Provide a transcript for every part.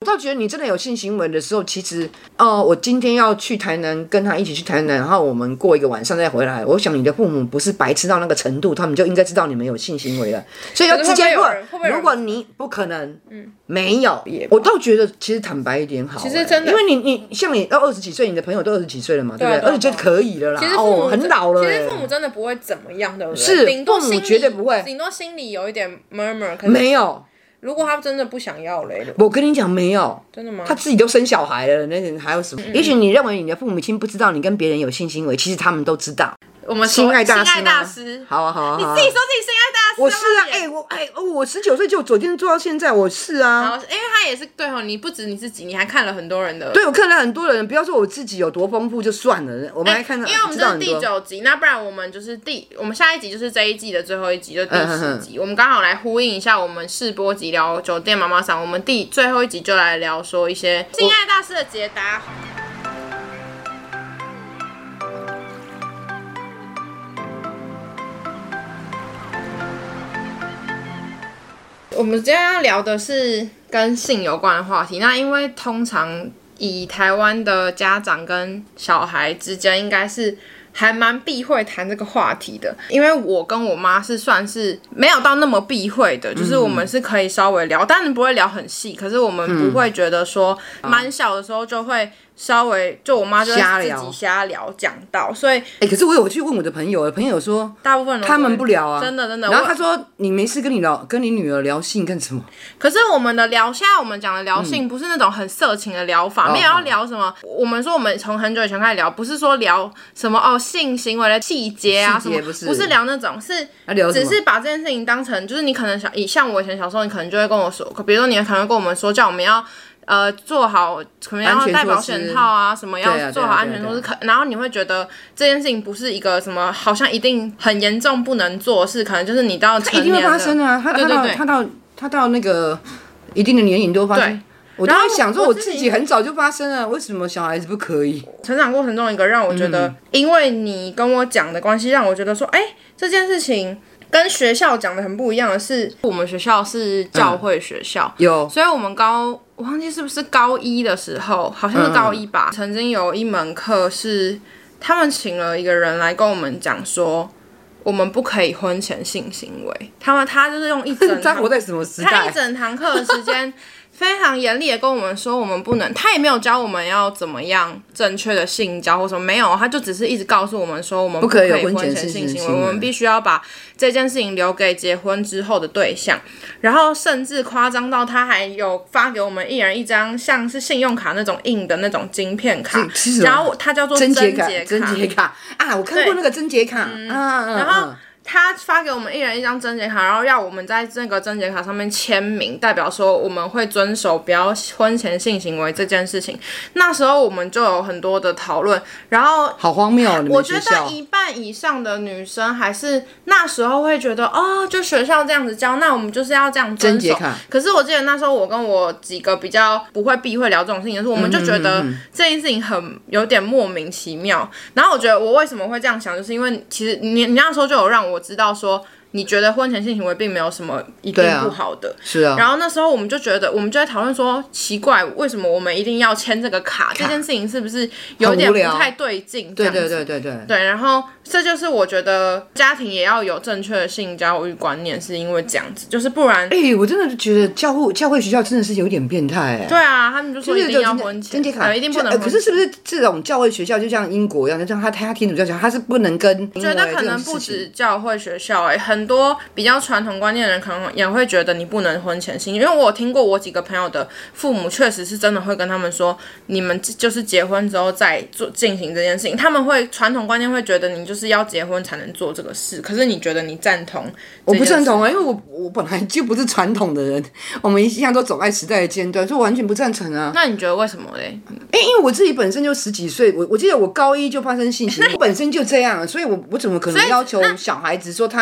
倒觉得你真的有性行为的时候，其实我今天要去台南，跟他一起去台南，然后我们过一个晚上再回来。我想你的父母不是白痴到那个程度，他们就应该知道你们有性行为了，所以要直接问。如果你不可能，没有，我倒觉得其实坦白一点好。 其实真的， 因为你像你到20几岁，你的朋友都20几岁了嘛，对不对？而且就可以了啦。 其实父母很老了。 其实父母真的不会怎么样，对不对？ 是， 顶多父母绝对不会， 顶多心里有一点 murmur。 没有。 如果他真的不想要嘞， 我跟你讲，没有， 真的吗？ 他自己都生小孩了，那人还有什么？也许你认为你的父母亲不知道你跟别人有性行为，其实他们都知道。 我们性爱大师， 好啊好啊， 你自己说自己性爱大师， 我是啊，我19岁就昨天做到现在，我是啊。 因为他也是对哦，你不止你自己，你还看了很多人的。 对，我看了很多人，不要说我自己有多丰富就算了，我们还看到， 因为我们这是第9集，那不然我们就是我们下一集就是这一季的最后一集，就第10集，我们刚好来呼应一下我们试播集聊酒店妈妈桑，我们最后一集就来聊说一些性爱大师的解答。我们今天要聊的是跟性有关的话题。那因为通常以台湾的家长跟小孩之间，应该是还蛮避讳谈这个话题的。因为我跟我妈是算是没有到那么避讳的，就是我们是可以稍微聊，当然不会聊很细，可是我们不会觉得说蛮小的时候就会稍微就我妈就会自己瞎聊讲到，所以可是我有去问我的朋友，朋友说大部分人他们不聊啊， 真的。 然后他说你没事跟你女儿聊性干什么？ 可是我们的现在我们讲的聊性不是那种很色情的聊法，没有要聊什么。我们说我们从很久以前开始聊，不是说聊什么性行为的细节啊什么，不是聊那种，是只是把这件事情当成就是你可能像我以前小时候，你可能就会跟我说，比如说你可能跟我们说叫我们要。做好可能要戴保险套啊，什么要做好安全措施，然后你会觉得这件事情不是一个什么好像一定很严重不能做事，可能就是你到成年了， 一定会发生啊，他到那个一定的年龄都发生。我都会想说，我自己很早就发生了，为什么小孩子不可以？ 成长过程中一个让我觉得，因为你跟我讲的关系，让我觉得说，这件事情。跟学校讲的很不一样的是，我们学校是教会学校， 有， 所以我们我忘记是不是高1的时候，好像是高1吧，曾经有一门课是他们请了一个人来跟我们讲说，我们不可以婚前性行为。他就是用一整他活在什么时代？ 他一整堂课的时间。非常严厉的跟我们说，我们不能，他也没有教我们要怎么样正确的性交或什么，没有，他就只是一直告诉我们说，我们不可以婚前性行为，我们必须要把这件事情留给结婚之后的对象。然后甚至夸张到他还有发给我们一人一张像是信用卡那种印的那种晶片卡，然后它叫做贞节卡啊，我看过那个贞节卡， 然后。他发给我们一人一张贞节卡，然后要我们在这个贞节卡上面签名，代表说我们会遵守不要婚前性行为这件事情。那时候我们就有很多的讨论，然后好荒谬哦！ 我觉得一半以上的女生还是那时候会觉得就学校这样子教，那我们就是要这样遵守。可是我记得那时候我跟我几个比较不会避讳聊这种事情的时候，我们就觉得这件事情有点莫名其妙。然后我觉得我为什么会这样想，就是因为其实你那时候就有让我知道说，你觉得婚前性行为并没有什么一定不好的， 是啊。 然后那时候我们就觉得，我们就在讨论说，奇怪，为什么我们一定要签这个卡？这件事情是不是有点不太对劲？ 对。 对，然后这就是我觉得家庭也要有正确的性教育观念，是因为这样子，就是不然， 我真的觉得教会学校真的是有点变态。 对啊，他们就说一定要婚前，一定不能婚前。 可是是不是这种教会学校就像英国一样，就像他天主教学校，他是不能跟？ 觉得可能不止教会学校，很多比较传统观念的人可能也会觉得你不能婚前性，因为我有听过我几个朋友的父母确实是真的会跟他们说，你们就是结婚之后再进行这件事情，他们会传统观念会觉得你就是要结婚才能做这个事。可是你觉得你赞同？ 我不赞同因为我本来就不是传统的人，我们一向都走在时代的尖端，所以我完全不赞成啊。 那你觉得为什么嘞？ 因为我自己本身就10几岁，我记得我高1就发生性行为，我本身就这样，所以我怎么可能要求小孩子说他要几岁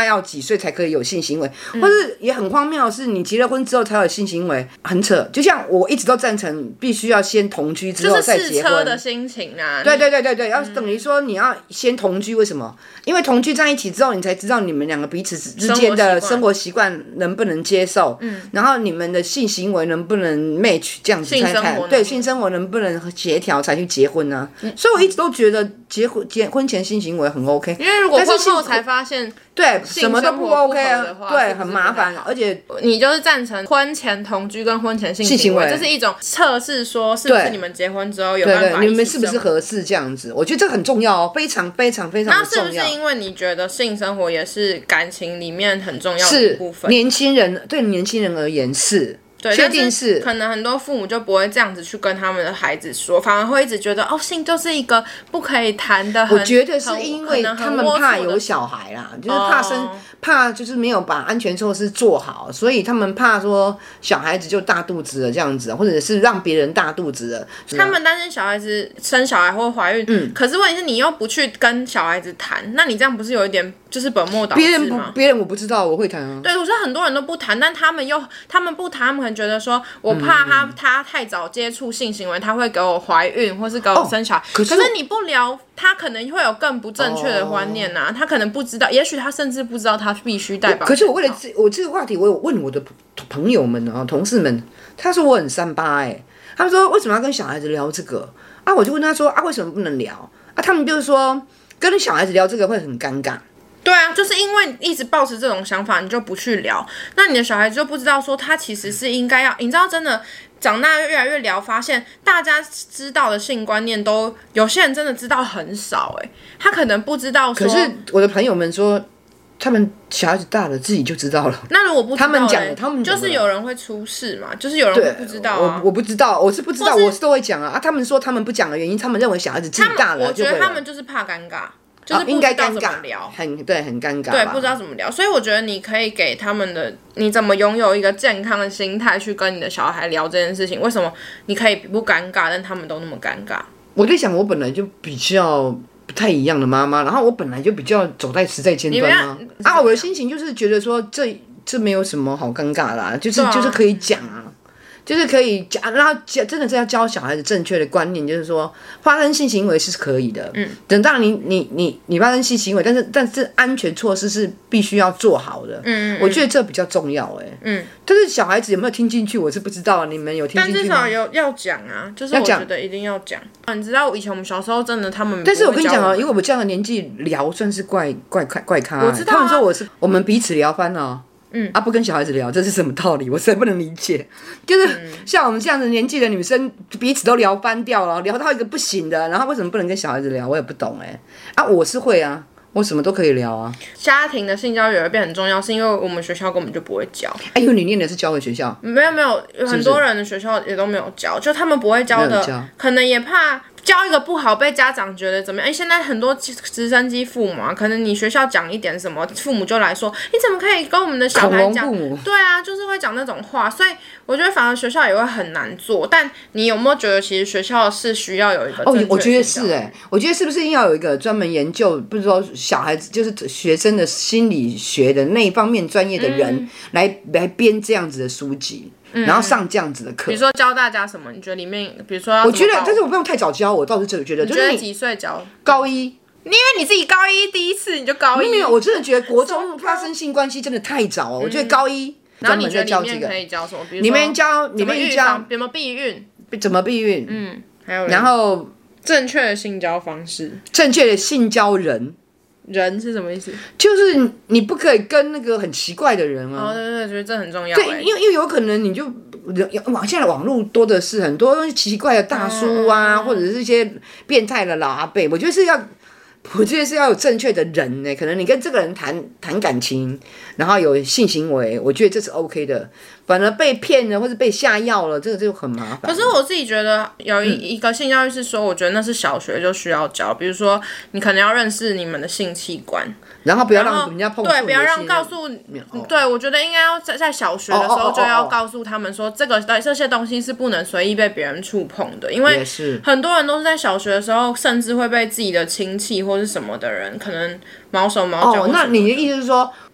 岁才可以有性行为，或是也很荒谬的是你结了婚之后才有性行为，很扯。就像我一直都赞成必须要先同居之后再结婚， 就是试车的心情啊。 对，要等于说你要先同居，为什么？因为同居在一起之后，你才知道你们两个彼此之间的生活习惯能不能接受，然后你们的性行为能不能 match， 这样子才看，对，性生活能不能协调才去结婚呢？所以我一直都觉得结婚前性行为很 OK， 因为如果婚后才发现对什么都不 OK 啊，对，很麻烦，而且你就是赞成婚前同居跟婚前性行为，这是一种测试，说是不是你们结婚之后有办法你们是不是合适这样子？我觉得这很重要哦，非常的重要。 那是不是因为你觉得性生活也是感情里面很重要的一部分？ 对年轻人而言是。 对， 确定是可能很多父母就不会这样子去跟他们的孩子说，反而会一直觉得性就是一个不可以谈的。 我觉得是因为他们怕有小孩啦，就是怕就是没有把安全措施做好，所以他们怕说小孩子就大肚子了这样子，或者是让别人大肚子了。 他们担心小孩子生小孩或怀孕，可是问题是你又不去跟小孩子谈，那你这样不是有一点就是本末倒置吗？ 别人我不知道，我会谈啊。 对，我说很多人都不谈，但他们不谈，他们可能觉得说我怕他太早接触性行为，他会给我怀孕或是给我生小孩。可是你不聊，他可能会有更不正确的观念啊，他可能不知道，也许他甚至不知道他必须代表。 可是我为了我这个话题，我有问我的朋友们啊、同事们，他说我很38他们说为什么要跟小孩子聊这个啊？我就问他说为什么不能聊啊？他们就是说跟小孩子聊这个会很尴尬。 对啊，就是因为一直抱持这种想法，你就不去聊，那你的小孩子就不知道说他其实是应该要，你知道真的长大越来越聊，发现大家知道的性观念都有些人真的知道很少他可能不知道说。 可是我的朋友们说，他们小孩子大了自己就知道了。 那如果不知道， 他们就是有人会出事嘛，就是有人会不知道啊。 我不知道，我是不知道，我是都会讲啊。他们说他们不讲的原因，他们认为小孩子自己大了我觉得他们就是怕尴尬。就是不应该知道怎么聊， 很尴尬， 对，不知道怎么聊，所以我觉得你可以给他们的，你怎么拥有一个健康的心态去跟你的小孩聊这件事情？为什么你可以不尴尬，但他们都那么尴尬？ 我在想，我本来就比较不太一样的妈妈，然后我本来就比较走在时代尖端我的心情就是觉得说，这没有什么好尴尬啦，就是可以讲啊。就是可以讲，然后真的是要教小孩子正确的观念，就是说发生性行为是可以的，等到你发生性行为，但是安全措施是必须要做好的，我觉得这比较重要，但是小孩子有没有听进去，我是不知道，你们有听进去吗？ 但至少要讲啊，就是我觉得一定要讲。你知道以前我们小时候真的他们， 但是我跟你讲因为我们这样的年纪聊算是怪咖，我知道他们说我们彼此聊翻了。不跟小孩子聊，这是什么道理？我实在不能理解。就是像我们这样的年纪的女生，彼此都聊翻掉了，聊到一个不行的，然后为什么不能跟小孩子聊？我也不懂我是会啊，我什么都可以聊啊。 家庭的性教育也会变很重要，是因为我们学校根本就不会教。 因为你念的是教会学校， 没有，很多人的学校也都没有教，就他们不会教的，可能也怕。教一个不好，被家长觉得怎么样？现在很多直升机父母可能你学校讲一点什么，父母就来说，你怎么可以跟我们的小孩讲？对啊，就是会讲那种话，所以我觉得反而学校也会很难做。但你有没有觉得，其实学校是需要有一个我觉得是我觉得是不是要有一个专门研究，不是说小孩子就是学生的心理学的那一方面专业的人来编这样子的书籍。然后上这样子的课， 比如说教大家什么？你觉得里面，比如说我觉得，但是我不用太早教，我倒是觉得，就是你几岁教？ 高一， 因为你自己高一第一次你就高一， 没有，我真的觉得国中发生性关系真的太早了。我觉得高一， 然后你觉得里面可以教什么？比如说里面教有没有避孕？ 怎么避孕？ 还有然后正确的性交方式， 正确的性交人是什么意思？ 就是你不可以跟那个很奇怪的人啊。 对，觉得这很重要。 对，因为有可能你就现在网络多的是很多奇怪的大叔啊，或者是一些变态的老阿伯。我觉得是要有正确的人可能你跟这个人谈感情，然后有性行为，我觉得这是 OK 的。反而被骗了或者被下药了，这个就很麻烦。 可是我自己觉得有一个性教育是说，我觉得那是小学就需要教，比如说你可能要认识你们的性器官， 然后不要让人家碰触， 对，不要让告诉，对，我觉得应该要在小学的时候就要告诉他们说，这些东西是不能随意被别人触碰的，因为很多人都是在小学的时候，甚至会被自己的亲戚或是什么的人可能毛手毛脚。 那你的意思是说，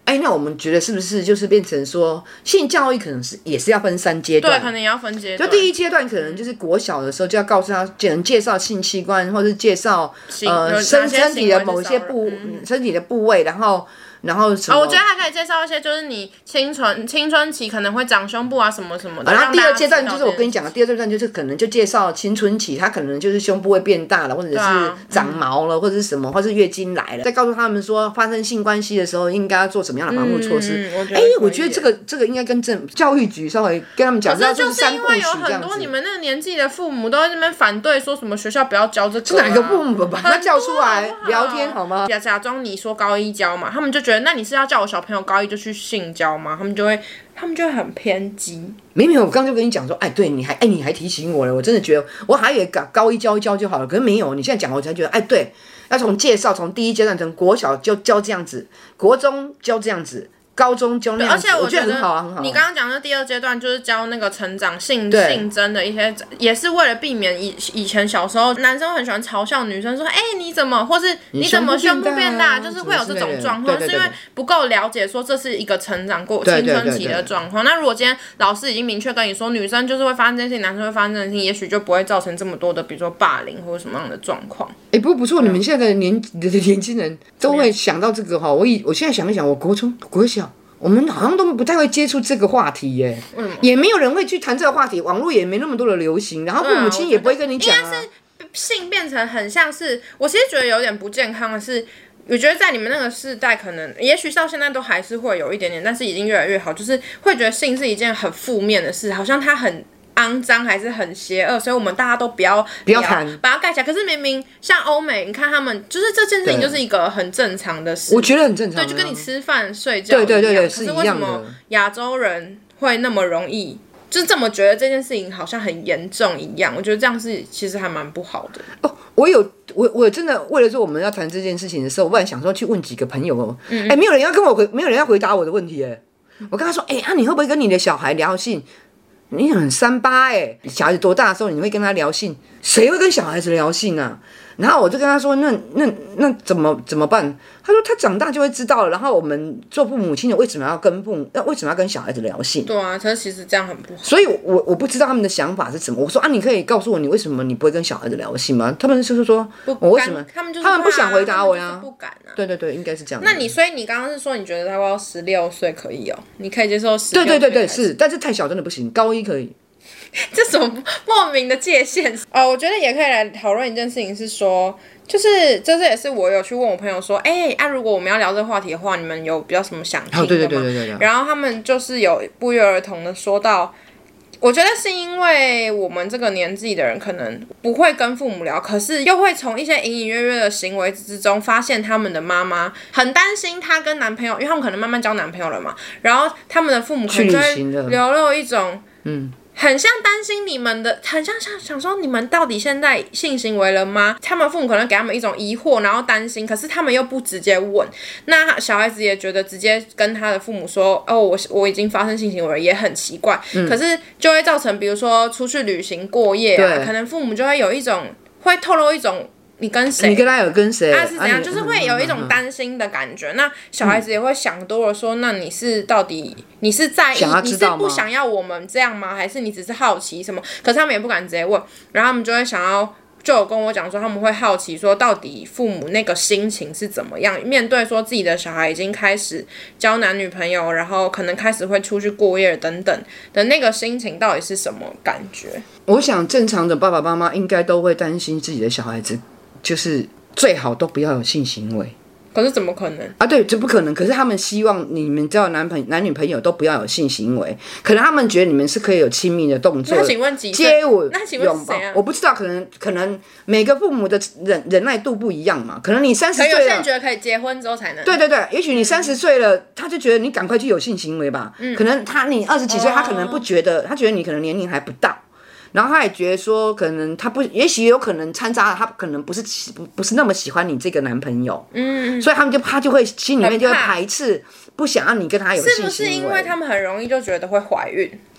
那我们觉得是不是就是变成说，性教育可能也是要分3阶段？ 对，可能也要分阶段。 就第1阶段可能就是国小的时候就要告诉他，介绍性器官，或是介绍身体的某一些身体的部位，然后什么？ 我觉得还可以介绍一些，就是你青春期可能会长胸部啊什么什么的。 然后第2阶段就是我跟你讲的，第2阶段就是可能就介绍青春期，他可能就是胸部会变大了，或者是长毛了，或者是什么，或是月经来了，再告诉他们说发生性关系的时候应该要做什么样的防护措施。我觉得这个应该跟教育局稍微跟他们讲， 可是就是因为有很多你们那个年纪的父母都在那边反对，说什么学校不要教这个。 是哪个父母把他叫出来聊天好吗？ 假装你说高1教嘛，他们就觉得那你是要叫我小朋友高1就去性交吗？他们就会很偏激。 没有，我刚就跟你讲说，对，你还提醒我了，我真的觉得我还以为高1教一教就好了，可是没有，你现在讲我才觉得，对，要从介绍，从第1阶段，从国小就教这样子，国中教这样子。高中教那样子， 而且我觉得很好啊，很好。 你刚刚讲的第2阶段就是教那个成长性征的一些，也是为了避免以前小时候男生很喜欢嘲笑女生说，你怎么，或是你怎么胸部变大，就是会有这种状况，是因为不够了解说这是一个成长过青春期的状况。那如果今天老师已经明确跟你说，女生就是会发生这些事情，男生会发生这些事情，也许就不会造成这么多的，比如说霸凌或者什么样的状况。 不错，你们现在的年轻人都会想到这个哈。我现在想一想，我国中、国小。我们好像都不太会接触这个话题耶，也没有人会去谈这个话题，网络也没那么多的流行，然后父母亲也不会跟你讲应该是性变成很像是，我其实觉得有点不健康的是，我觉得在你们那个世代，可能也许到现在都还是会有一点点，但是已经越来越好，就是会觉得性是一件很负面的事，好像它很肮脏还是很邪恶，所以我们大家都不要谈， 把它盖起来。可是明明像欧美，你看他们就是这件事情就是一个很正常的事， 我觉得很正常， 对，就跟你吃饭睡觉一样。 对， 可是为什么亚洲人会那么容易就是这么觉得这件事情好像很严重一样？我觉得这样是其实还蛮不好的。 我真的为了说我们要谈这件事情的时候，我本来想说去问几个朋友没有人要没有人要回答我的问题我跟他说你会不会跟你的小孩聊性？你很38小孩子多大的时候你会跟他聊性？谁会跟小孩子聊性啊？然后我就跟他说，那怎么办？他说他长大就会知道了。然后我们做父母亲的为什么要跟小孩子聊性？ 对啊，可是其实这样很不好。 所以我不知道他们的想法是什么。我说你可以告诉我你为什么你不会跟小孩子聊性吗？他们就是说我为什么？ 他们不想回答我呀， 不敢啊。 对，应该是这样。 所以你刚刚是说你觉得他要16岁可以你可以接受16岁？ 对是，但是太小真的不行，高1可以。 这种莫名的界限我觉得也可以来讨论一件事情，是说，就是这也是我有去问我朋友说，如果我们要聊这个话题的话，你们有比较什么想听的吗？ 对。 然后他们就是有不约而同的说到，我觉得是因为我们这个年纪的人可能不会跟父母聊，可是又会从一些隐隐约约的行为之中发现他们的妈妈很担心她跟男朋友，因为他们可能慢慢交男朋友了嘛，然后他们的父母可能就会流露一种很像担心你们的，很像想说你们到底现在性行为了吗？他们父母可能给他们一种疑惑，然后担心，可是他们又不直接问。那小孩子也觉得直接跟他的父母说，我已经发生性行为了，也很奇怪。可是就会造成，比如说出去旅行过夜可能父母就会有一种会透露一种。你跟谁？ 你跟他有跟谁？ 是怎样？就是会有一种担心的感觉。那小孩子也会想多了说，那你是到底你是在意，你是不想要我们这样吗？还是你只是好奇什么？可是他们也不敢直接问，然后他们就会想要，就有跟我讲说，他们会好奇说，到底父母那个心情是怎么样？面对说自己的小孩已经开始交男女朋友，然后可能开始会出去过夜等等的那个心情，到底是什么感觉？ 我想正常的爸爸妈妈应该都会担心自己的小孩子。就是最好都不要有性行为， 可是怎么可能啊？对，这不可能。可是他们希望你们交男女朋友都不要有性行为，可能他们觉得你们是可以有亲密的动作。 那请问几岁？ 接吻、 那请问是谁啊？ 我不知道，可能每个父母的忍耐度不一样嘛。可能你30岁了， 有些人觉得可以结婚之后才能。 对，也许你30岁了，他就觉得你赶快去有性行为吧。可能你20几岁，他可能不觉得，他觉得你可能年龄还不到。然后他也觉得说，可能他不，也许有可能掺杂了，他可能不是那么喜欢你这个男朋友，所以他就会心里面就会排斥，不想让你跟他有性行为。 是不是因为他们很容易就觉得会怀孕？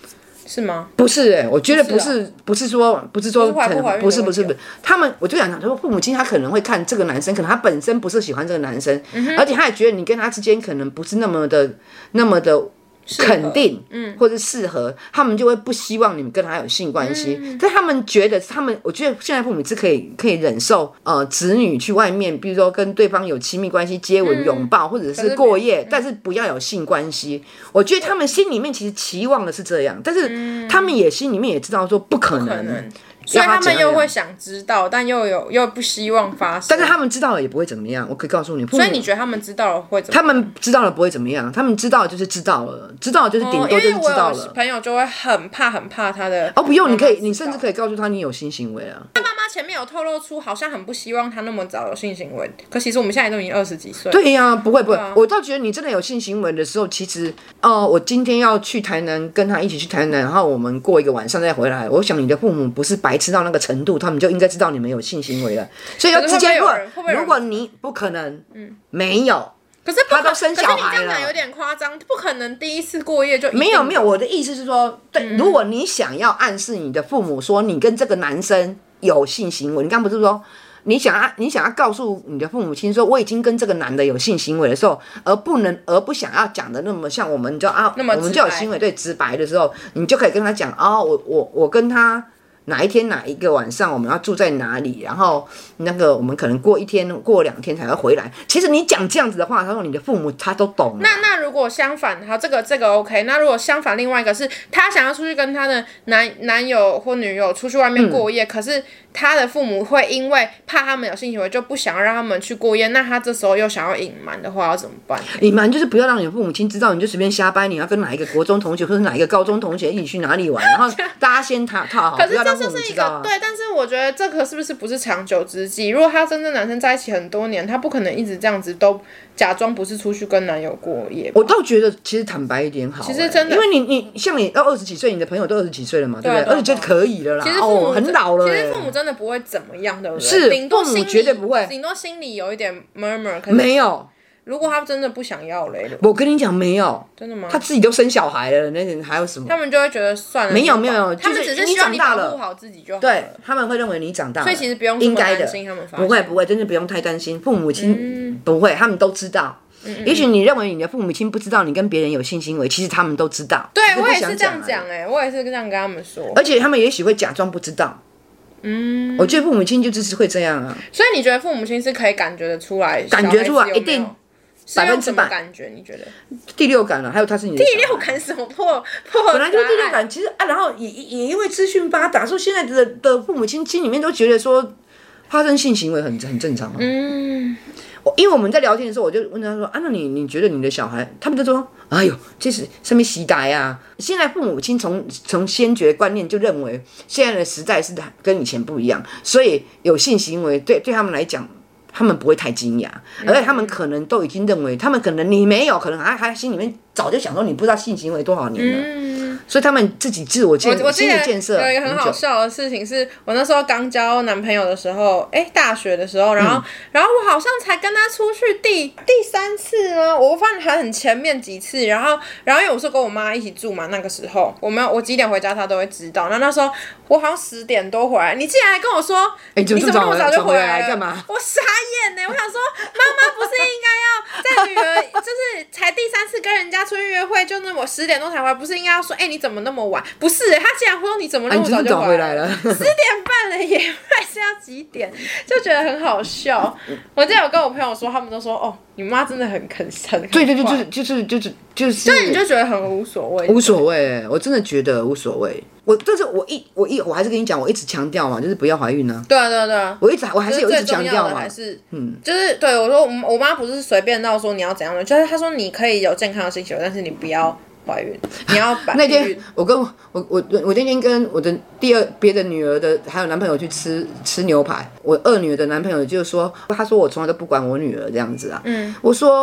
是吗？ 不是我觉得不是说不是他们，我就想说，父母亲他可能会看这个男生，可能他本身不是喜欢这个男生，而且他也觉得你跟他之间可能不是那么的肯定，或者适合，他们就会不希望你们跟他有性关系。但他们觉得，我觉得现在父母是可以忍受，子女去外面，比如说跟对方有亲密关系、接吻、拥抱，或者是过夜，但是不要有性关系。我觉得他们心里面其实期望的是这样，但是他们也心里面也知道说不可能。 所以他们又会想知道，但又不希望发生。 但是他们知道了也不会怎么样，我可以告诉你。 所以你觉得他们知道了会怎么样？ 他们知道了不会怎么样，他们知道了就是知道了，知道了就是顶多就是知道了。 因为我有朋友就会很怕他的。 不用，你甚至可以告诉他你有性行为啊。 他妈妈前面有透露出，好像很不希望他那么早有性行为，可其实我们现在都已经20几岁。 对呀，不会，我倒觉得你真的有性行为的时候，其实我今天要去台南，跟他一起去台南，然后我们过一个晚上再回来。我想你的父母不是白痴到那个程度。他们就应该知道你们有性行为了，所以要直接问。如果你不可能，没有， 可是他都生小孩了。 可是你这样讲有点夸张，不可能第一次过夜就没有。我的意思是说，对，如果你想要暗示你的父母说你跟这个男生有性行为，你刚不是说你想要告诉你的父母亲说我已经跟这个男的有性行为的时候，而不想要讲的那么像我们就我们就有行为对直白的时候，你就可以跟他讲我跟他。哪一天哪一个晚上我们要住在哪里，然后我们可能过1天过2天才会回来。其实你讲这样子的话，他说你的父母他都懂了。 那如果相反，好，这个 OK。那如果相反，另外一个是他想要出去跟他的男友或女友出去外面过夜，可是他的父母会因为怕他们有性行为就不想要让他们去过夜，那他这时候又想要隐瞒的话要怎么办？ 隐瞒就是不要让你的父母亲知道，你就随便瞎掰，你要跟哪一个国中同学或者哪一个高中同学一起去哪里玩，然后大家先套好，不要让父母知道。 对，但是我觉得这个是不是长久之计？如果他真的男生在一起很多年，他不可能一直这样子都假装不是出去跟男友过夜。 我倒觉得其实坦白一点好。 其实真的， 因为你像你到20几岁，你的朋友都20几岁了嘛，对不对？20几岁可以了啦。 其实父母很老了。 其实父母真的不会怎么样，对不对？ 是， 顶多父母绝对不会， 顶多心里有一点 murmur。 没有。 如果他真的不想要嘞， 我跟你讲没有， 真的吗？ 他自己都生小孩了，那人还有什么？ 他们就会觉得算了， 没有， 他们只是希望你保护好自己就好了。 对，他们会认为你长大了， 所以其实不用这么担心他们发现。 不会，真的不用太担心，父母亲不会，他们都知道。也许你认为你的父母亲不知道你跟别人有性行为，其实他们都知道。 对，我也是这样讲我也是这样跟他们说。 而且他们也许会假装不知道。我觉得父母亲就是会这样啊。 所以你觉得父母亲是可以感觉得出来？ 感觉出来，一定。 100%感觉，你觉得？ 第六感了，还有他是你的第六感什么破？ 本来就是第六感，其实然后也因为资讯发达，说现在的父母亲心里面都觉得说发生性行为很正常嘛。因为我们在聊天的时候，我就问他说那你觉得你的小孩？他们就说哎呦，这是上面时代啊！现在父母亲从先决观念就认为现在的时代是跟以前不一样，所以有性行为对他们来讲。他们不会太惊讶，而且他们可能都已经认为，他们可能你没有，可能还心里面早就想说你不知道性行为多少年了，所以他们自己自我心理建设。 有一个很好笑的事情是，我那时候刚交男朋友的时候，大学的时候，然后我好像才跟他出去第3次呢，我发现还很前面几次，然后因为我是跟我妈一起住嘛，那个时候我几点回家他都会知道，那时候我好像10点多回来，你竟然还跟我说，你怎么那么早就回来了？ 干嘛？ 我傻眼我想说，妈妈不是应该要在女儿就是才第3次跟人家出去约会，就那么10点多才回来，不是应该要说，你怎么那么晚？不是，他竟然会说你怎么那么早就回来了？10点半了也还是要几点？就觉得很好笑。我之前有跟我朋友说，他们都说你妈真的很对， 就是你就觉得很无所谓， 无所谓，我真的觉得无所谓。但是我还是跟你讲，我一直强调嘛，就是不要怀孕啊。 对啊， 我还是有一直强调嘛， 还是就是对我说，我妈不是随便到说你要怎样的，就是她说你可以有健康的性行为，但是你不要怀孕，你要那天我那天跟我的别的女儿的还有男朋友去吃牛排，我2女儿的男朋友就说，他说我从来都不管我女儿这样子啊。我说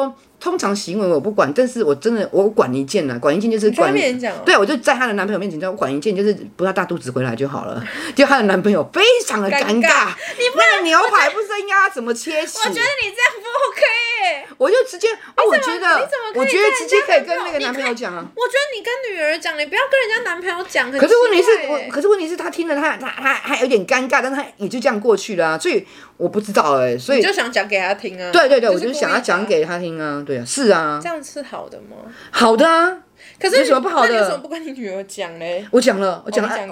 通常行为我不管，但是我真的我管一件管一件就是管。对，我就在她的男朋友面前叫我管一件，就是不要大肚子回来就好了。就她的男朋友非常的尴尬， 你不那个牛排不是应该要怎么切洗？ 我觉得你这样不 OK 我就直接我觉得直接可以跟那个男朋友讲啊。 我觉得你跟女儿讲，你不要跟人家男朋友讲。 可是问题是他听了他有点尴尬，但他也就这样过去了啊。所以我不知道所以你就想讲给他听啊。 对，我就想要讲给他听啊。对啊，是啊。 这样是好的吗？ 好的啊。 可是有什么不好的？ 那你为什么不跟你女儿讲嘞？ 我讲了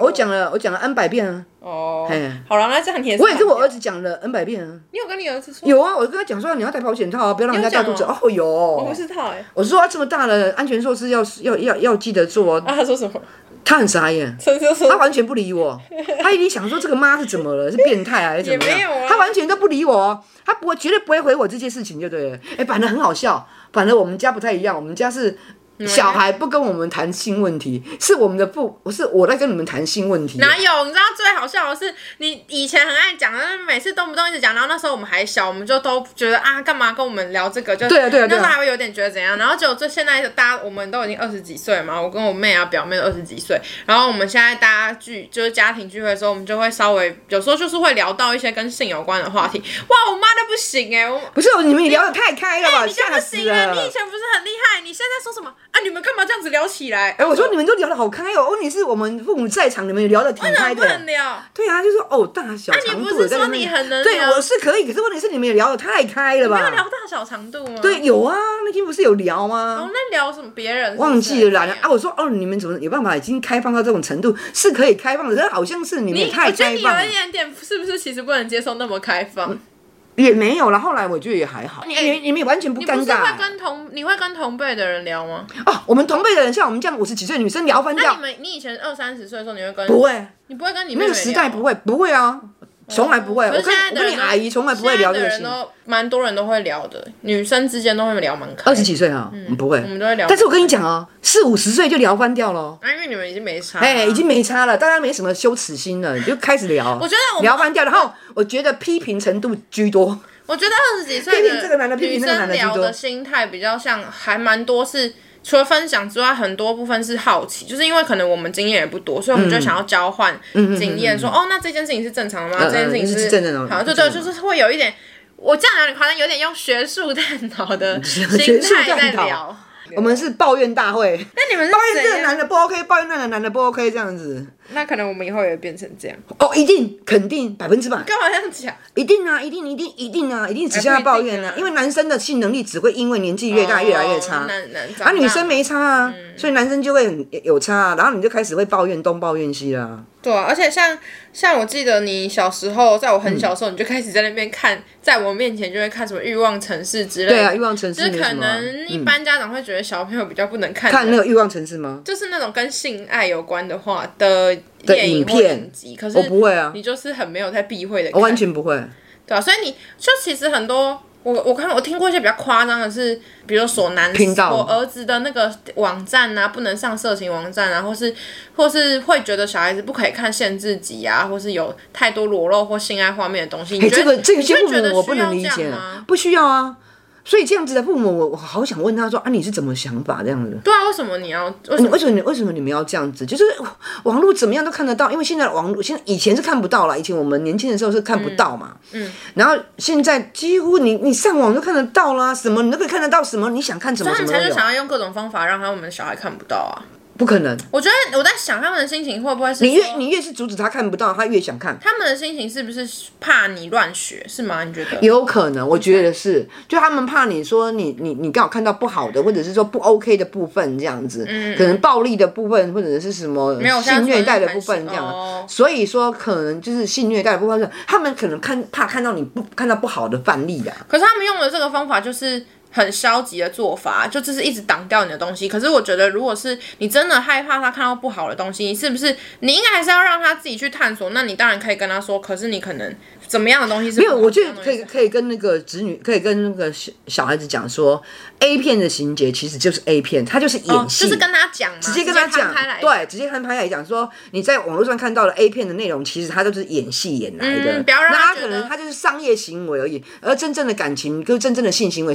N 百遍啊。 好了，那这样你也是。 我也跟我儿子讲了 N 百遍啊。 你有跟你儿子说？ 有啊，我跟他讲说你要戴保险套啊，不要让人家大肚子。有。 我不知道我说这么大了，安全措施要记得做哦。 他说什么？ 他很傻眼，他完全不理我。他一定想说这个妈是怎么了？是变态还是怎么样？ 也没有啊。 他完全都不理我，他绝对不会回我这件事情就对了。反正很好笑，反正我们家不太一样，我们家是。小孩不跟我们谈性问题，是我在跟你们谈性问题。 哪有？你知道最好笑的是，你以前很爱讲，每次动不动一直讲，然后那时候我们还小，我们就都觉得干嘛跟我们聊这个？就对啊。 那时候还会有点觉得怎样，然后结果现在大家我们都已经20几岁嘛，我跟我妹啊表妹都20几岁，然后我们现在大家就是家庭聚会的时候，我们就会稍微有时候就是会聊到一些跟性有关的话题。哇，我妈都不行不是你们聊得太开了吧？ 你就不行了，你以前不是很厉害，你现在说什么？你们干嘛这样子聊起来？ 我说你们都聊得好开哦。问题是我们父母在场，你们聊得挺开的。 不能聊。 对啊，就说大小长度。 你不是说你很能聊？ 对，我是可以，可是问题是你们也聊得太开了吧？ 你没有聊大小长度吗？ 对，有啊，那天不是有聊吗？ 那聊什么别人？ 忘记了啦。我说你们怎么有办法已经开放到这种程度？是可以开放的，但好像是你们太开放。 我觉得你有一点是不是其实不能接受那么开放？ 也没有了，后来我觉得也还好。你们完全不尴尬。 你会跟同辈的人聊吗？ 我们同辈的人像我们这样50几岁的女生聊翻掉。 那你以前20-30岁的时候，你会跟？ 不会。 你不会跟你妹妹聊？ 那个时代不会啊，从来不会。我跟你阿姨从来不会聊这个事。 蛮多人都会聊的，女生之间都会聊蛮开。 20几岁啊，不会。 我们都会聊。 但是我跟你讲40-50岁就聊翻掉了。 因为你们已经没差。 已经没差了，大家没什么羞耻心了，你就开始聊。 我觉得聊翻掉，然后我觉得批评程度居多。 我觉得20几岁的女生聊的心态比较像，还蛮多是除了分享之外，很多部分是好奇，就是因为可能我们经验也不多，所以我们就想要交换经验，说那这件事情是正常的吗？这件事情是正常的。 好，对，就是会有一点，我这样有点夸张，有点用学术探讨的心态在聊。 我们是抱怨大会。 那你们是抱怨这个男的不 OK， 抱怨那个男的不 OK， 这样子。 那可能我们以后也会变成这样。 一定肯定100%。 干嘛这样讲？ 一定啊，一定只向他抱怨啊，因为男生的性能力只会因为年纪越大越来越差，女生没差啊，所以男生就会很有差啊，然后你就开始会抱怨东抱怨西啦。 对啊，而且像我记得你小时候，在我很小的时候，你就开始在那边看，在我面前就会看什么《欲望城市》之类的。 对啊，《欲望城市》 就是可能一般家长会觉得小朋友比较不能看那个《欲望城市》吗？ 就是那种跟性爱有关的话的电影或影集，可是我不会啊， 你就是很没有在避讳的看， 我完全不会。 对啊，所以你就其实很多。我听过一些比较夸张的是，比如说我儿子的那个网站啊，不能上色情网站啊，或是会觉得小孩子不可以看限制级啊，或是有太多裸露或性爱画面的东西。 这个父母我不能理解吗？ 不需要啊。所以这样子的父母，我好想问他说你是怎么想法这样子？ 对啊，为什么你要？ 为什么你们要这样子？就是网络怎么样都看得到，因为现在网络以前是看不到啦，以前我们年轻的时候是看不到嘛。然后现在几乎你上网就看得到啦，什么你都可以看得到，什么你想看什么什么都有。 所以他们才就想要用各种方法让他们的小孩看不到啊。 不可能。 我觉得我在想他们的心情会不会是你越是阻止他看不到，他越想看。 他们的心情是不是怕你乱学是吗？你觉得？ 有可能，我觉得是，就他们怕你说你刚好看到不好的，或者是说不 OK 的部分这样子，可能暴力的部分或者是什么性虐待的部分这样，所以说可能就是性虐待的部分，他们可能怕看到看到不好的范例啊。 可是他们用的这个方法就是很消极的做法，就这是一直挡掉你的东西。可是我觉得，如果是你真的害怕他看到不好的东西，是不是你应该还是要让他自己去探索？那你当然可以跟他说，可是你可能怎么样的东西是不好的？ 没有，我觉得可以跟那个子女，可以跟那个小孩子讲说 ，A 片的情节其实就是 A 片，它就是演戏， 就是跟他讲嘛， 直接跟他讲，对，直接摊开来讲说，你在网络上看到的 A 片的内容，其实它都是演戏演来的， 不要让他可能他就是商业行为而已，而真正的感情跟真正的性行为是不会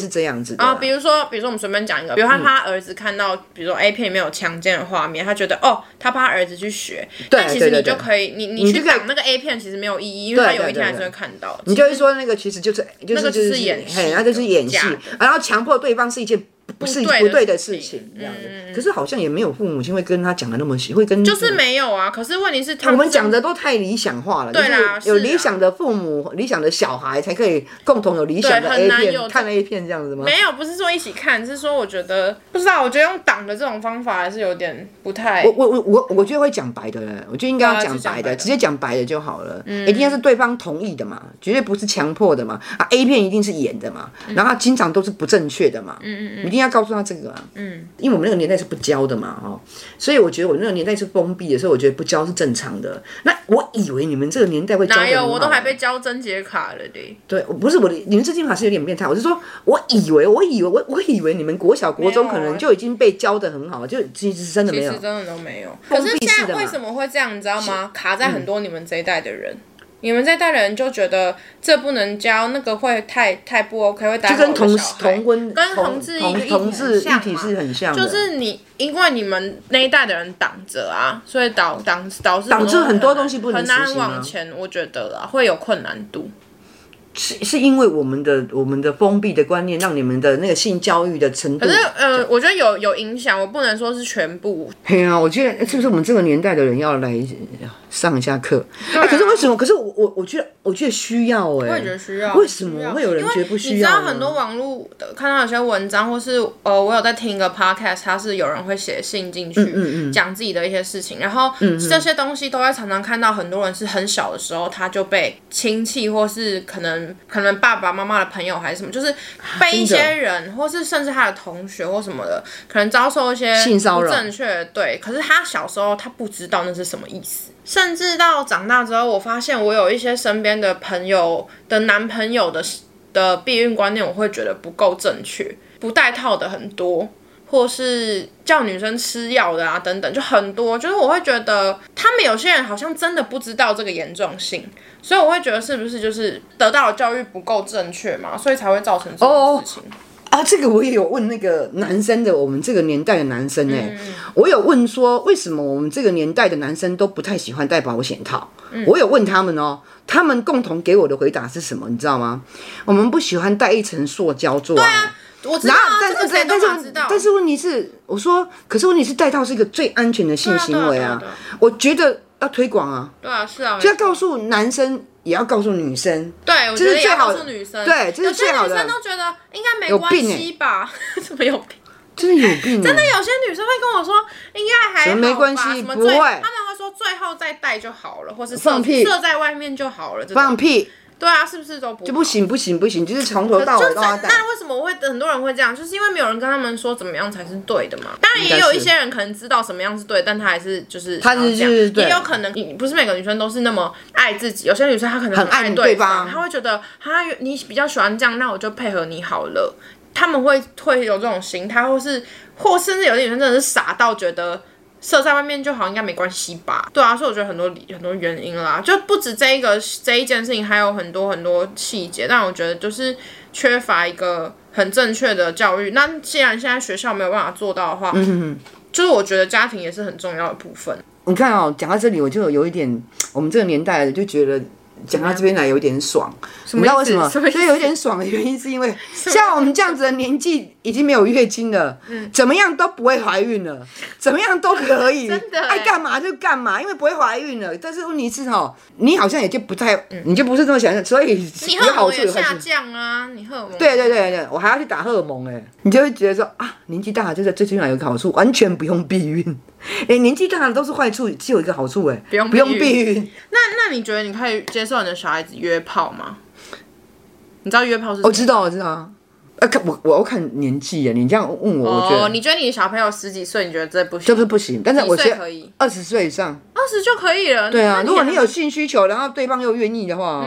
是这样子的比如说我们随便讲一个，比如他怕他儿子看到，比如说 A 片里面有强奸的画面，他觉得他怕他儿子去学，但其实你就可以，你去挡那个 A 片其实没有意义，因为他有一天还是会看到。 你就会说那个其实就是那个就是演戏， 那就是演戏，然后强迫对方是一件不对的事情，这样子。可是好像也没有父母亲会跟他讲的那么细，会跟就是没有啊。可是问题是我们讲的都太理想化了， 对啦， 就是有理想的父母、理想的小孩才可以共同有理想的 A 片，看 A 片这样子吗？ 没有，不是说一起看，是说我觉得不知道，我觉得用挡的这种方法还是有点不太。 我觉得会讲白的嘞，我觉得应该要讲白的，直接讲白的就好了。一定要是对方同意的嘛，绝对不是强迫的嘛。A 片一定是演的嘛，然后他经常都是不正确的嘛，一定要告诉他这个啊。因为我们那个年代是不教的嘛，所以我觉得我那个年代是封闭的，所以我觉得不教是正常的。那我以为你们这个年代会教的很好。 哪有，我都还被教贞节卡了嘞。 对，不是你们这金法是有点变态。我是说，我以为你们国小国中可能就已经被教的很好，就其实真的没有， 其实真的都没有。可是现在为什么会这样，你知道吗？卡在很多你们这一代的人。你们这代的人就觉得这不能教，那个会太不 OK， 会带坏我的小孩。跟同志议题是很像的， 就是因为你们那一代的人挡着啊，所以导致很多东西不能很难往前。我觉得啦，会有困难度。 是因为我们的封闭的观念，让你们的那个性教育的程度。 可是我觉得有影响，我不能说是全部。 对啊，我觉得是不是我们这个年代的人要来上一下课？可是为什么？可是我觉得需要我也觉得需要。 为什么会有人觉得不需要？ 你知道很多网络看到有些文章，或是我有在听一个 podcast， 它是有人会写信进去讲自己的一些事情，然后这些东西都会常常看到很多人是很小的时候他就被亲戚或是可能爸爸妈妈的朋友还是什么，就是被一些人或是甚至他的同学或什么的，可能遭受一些性骚扰， 不正确的。对，可是他小时候他不知道那是什么意思，甚至到长大之后，我发现我有一些身边的朋友的男朋友的避孕观念，我会觉得不够正确，不带套的很多，或是叫女生吃药的啊等等，就很多。就是我会觉得他们有些人好像真的不知道这个严重性，所以我会觉得是不是就是得到的教育不够正确嘛，所以才会造成这种事情。 这个我也有问那个男生的，我们这个年代的男生我有问说为什么我们这个年代的男生都不太喜欢戴保险套，我有问他们他们共同给我的回答是什么，你知道吗？我们不喜欢带一层塑胶做爱。对啊，我知道啊， 但是问题是，我说，可是问题是戴套是一个最安全的性行为啊，我觉得要推广啊。 对啊，是啊， 就要告诉男生。也要告诉女生， 对，我觉得也要告诉女生， 对，这是最好的。 有些女生都觉得应该没关系吧？怎么有病？ 真的有病！ 真的有些女生会跟我说，应该还好吧， 没关系，不会。 他们会说最后再戴就好了，或是射在外面就好了。 放屁！ 对啊，是不是都不就不行，就是从头到尾都要戴。 那为什么很多人会这样？就是因为没有人跟他们说怎么样才是对的嘛。当然也有一些人可能知道什么样是对，但他还是就是他是也有可能不是每个女生都是那么爱自己，有些女生她可能很爱对方，她会觉得你比较喜欢这样，那我就配合你好了。他们会有这种心态，或甚至有些女生真的是傻到觉得。射在外面就好，应该没关系吧？对啊，所以我觉得很多原因啦，就不止这一件事情，还有很多细节。但我觉得就是缺乏一个很正确的教育。那既然现在学校没有办法做到的话，就是我觉得家庭也是很重要的部分。 你看讲到这里，我就有一点，我们这个年代就觉得。讲到这边来有点爽，你知道为什么？所以有点爽的原因是因为像我们这样子的年纪已经没有月经了，怎么样都不会怀孕了，怎么样都可以，爱干嘛就干嘛，因为不会怀孕了。但是问题是你好像也就不太，你就不是这么想，所以你荷尔蒙也下降啊，你荷尔蒙对，我还要去打荷尔蒙你就会觉得说年纪大了就是最起码有个好处，完全不用避孕。年纪大了都是坏处，只有一个好处不用避孕。 那你觉得你可以接受你的小孩子约炮吗？你知道约炮是什么？ 我知道我要看年纪你这样问我，我觉得你觉得你小朋友10几岁，你觉得这不行？ 就是不行，但是我觉得可以 20岁以上 ，20就可以了。 对啊，如果你有性需求，然后对方又愿意的话，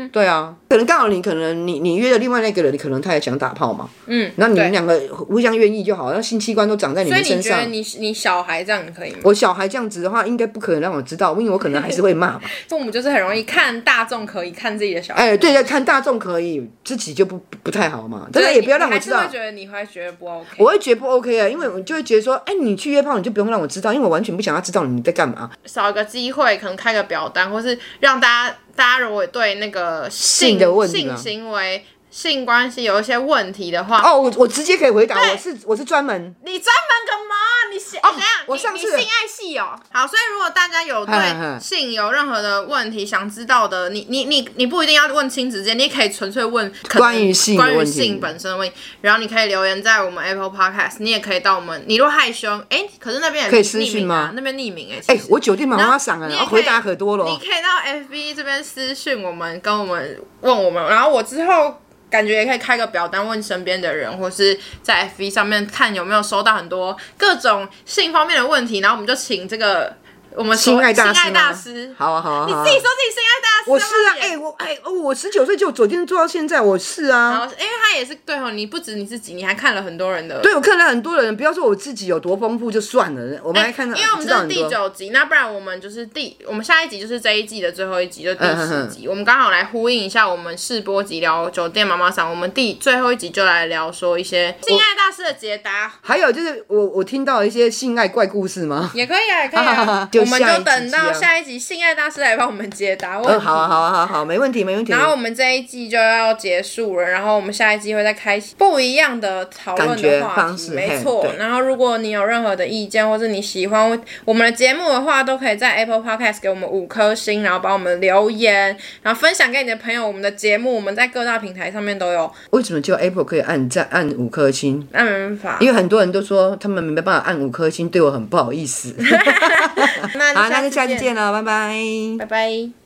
对啊，可能刚好可能你约的另外那个人，你可能他也想打炮嘛，然后你们两个互相愿意就好，让性器官都长在你们身上。 所以你觉得你小孩这样可以吗？ 我小孩这样子的话，应该不可能让我知道，因为我可能还是会骂嘛。 父母就是很容易看大众可以，看自己的小孩。 对，看大众可以，自己就不太好嘛。但是也不要让我知道。 你会觉得不 OK？ 我会觉得不 OK 啊，因为我就会觉得说，你去约炮，你就不用让我知道，因为我完全不想要知道你在干嘛。 少一个机会，可能开个表单，或是让大家如果对那个性的问题、 性行为、性关系有一些问题的话， 我直接可以回答，我是专门。 你专门干嘛？你怎样？ 我上次你性爱系哦。好，所以如果大家有对性有任何的问题想知道的，你不一定要问亲子间，你也可以纯粹问关于性本身的问题，然后你可以留言在我们 Apple Podcast， 你也可以到我们，你如果害羞，可是那边也可以私讯吗？ 那边匿名我酒店妈妈赏啊，然后回答可多了。 你可以到 FB 这边私讯我们，跟我们问我们，然后我之后。感觉也可以开个表单问身边的人，或是在 FB 上面看有没有收到很多各种性方面的问题，然后我们就请这个我们性爱大师。 好啊， 你自己说自己性爱大师。 我是啊，我19岁就昨天做到现在，我是啊。 因为他也是对哦，你不止你自己，你还看了很多人的。 对，我看了很多人，不要说我自己有多丰富就算了，我们还看到。 因为我们这是第9集，那不然我们就是我们下一集就是这一季的最后一集，就第10集。我们刚好来呼应一下我们试播集聊酒店妈妈桑，我们最后一集就来聊说一些性爱大师的解答。 还有就是我听到一些性爱怪故事吗？ 也可以啊，也可以啊。我们就等到下一集性爱大师来帮我们解答问题。 好，没问题。 然后我们这一季就要结束了，然后我们下一季会再开启不一样的讨论的话题，没错。然后如果你有任何的意见，或是你喜欢我们的节目的话，都可以在 Apple Podcast 给我们5颗星，然后帮我们留言，然后分享给你的朋友。我们的节目我们在各大平台上面都有。 为什么只有 Apple 可以按5颗星？ 那没办法， 因为很多人都说他们没办法按5颗星，对我很不好意思。 那就下次见了，拜拜。 拜拜。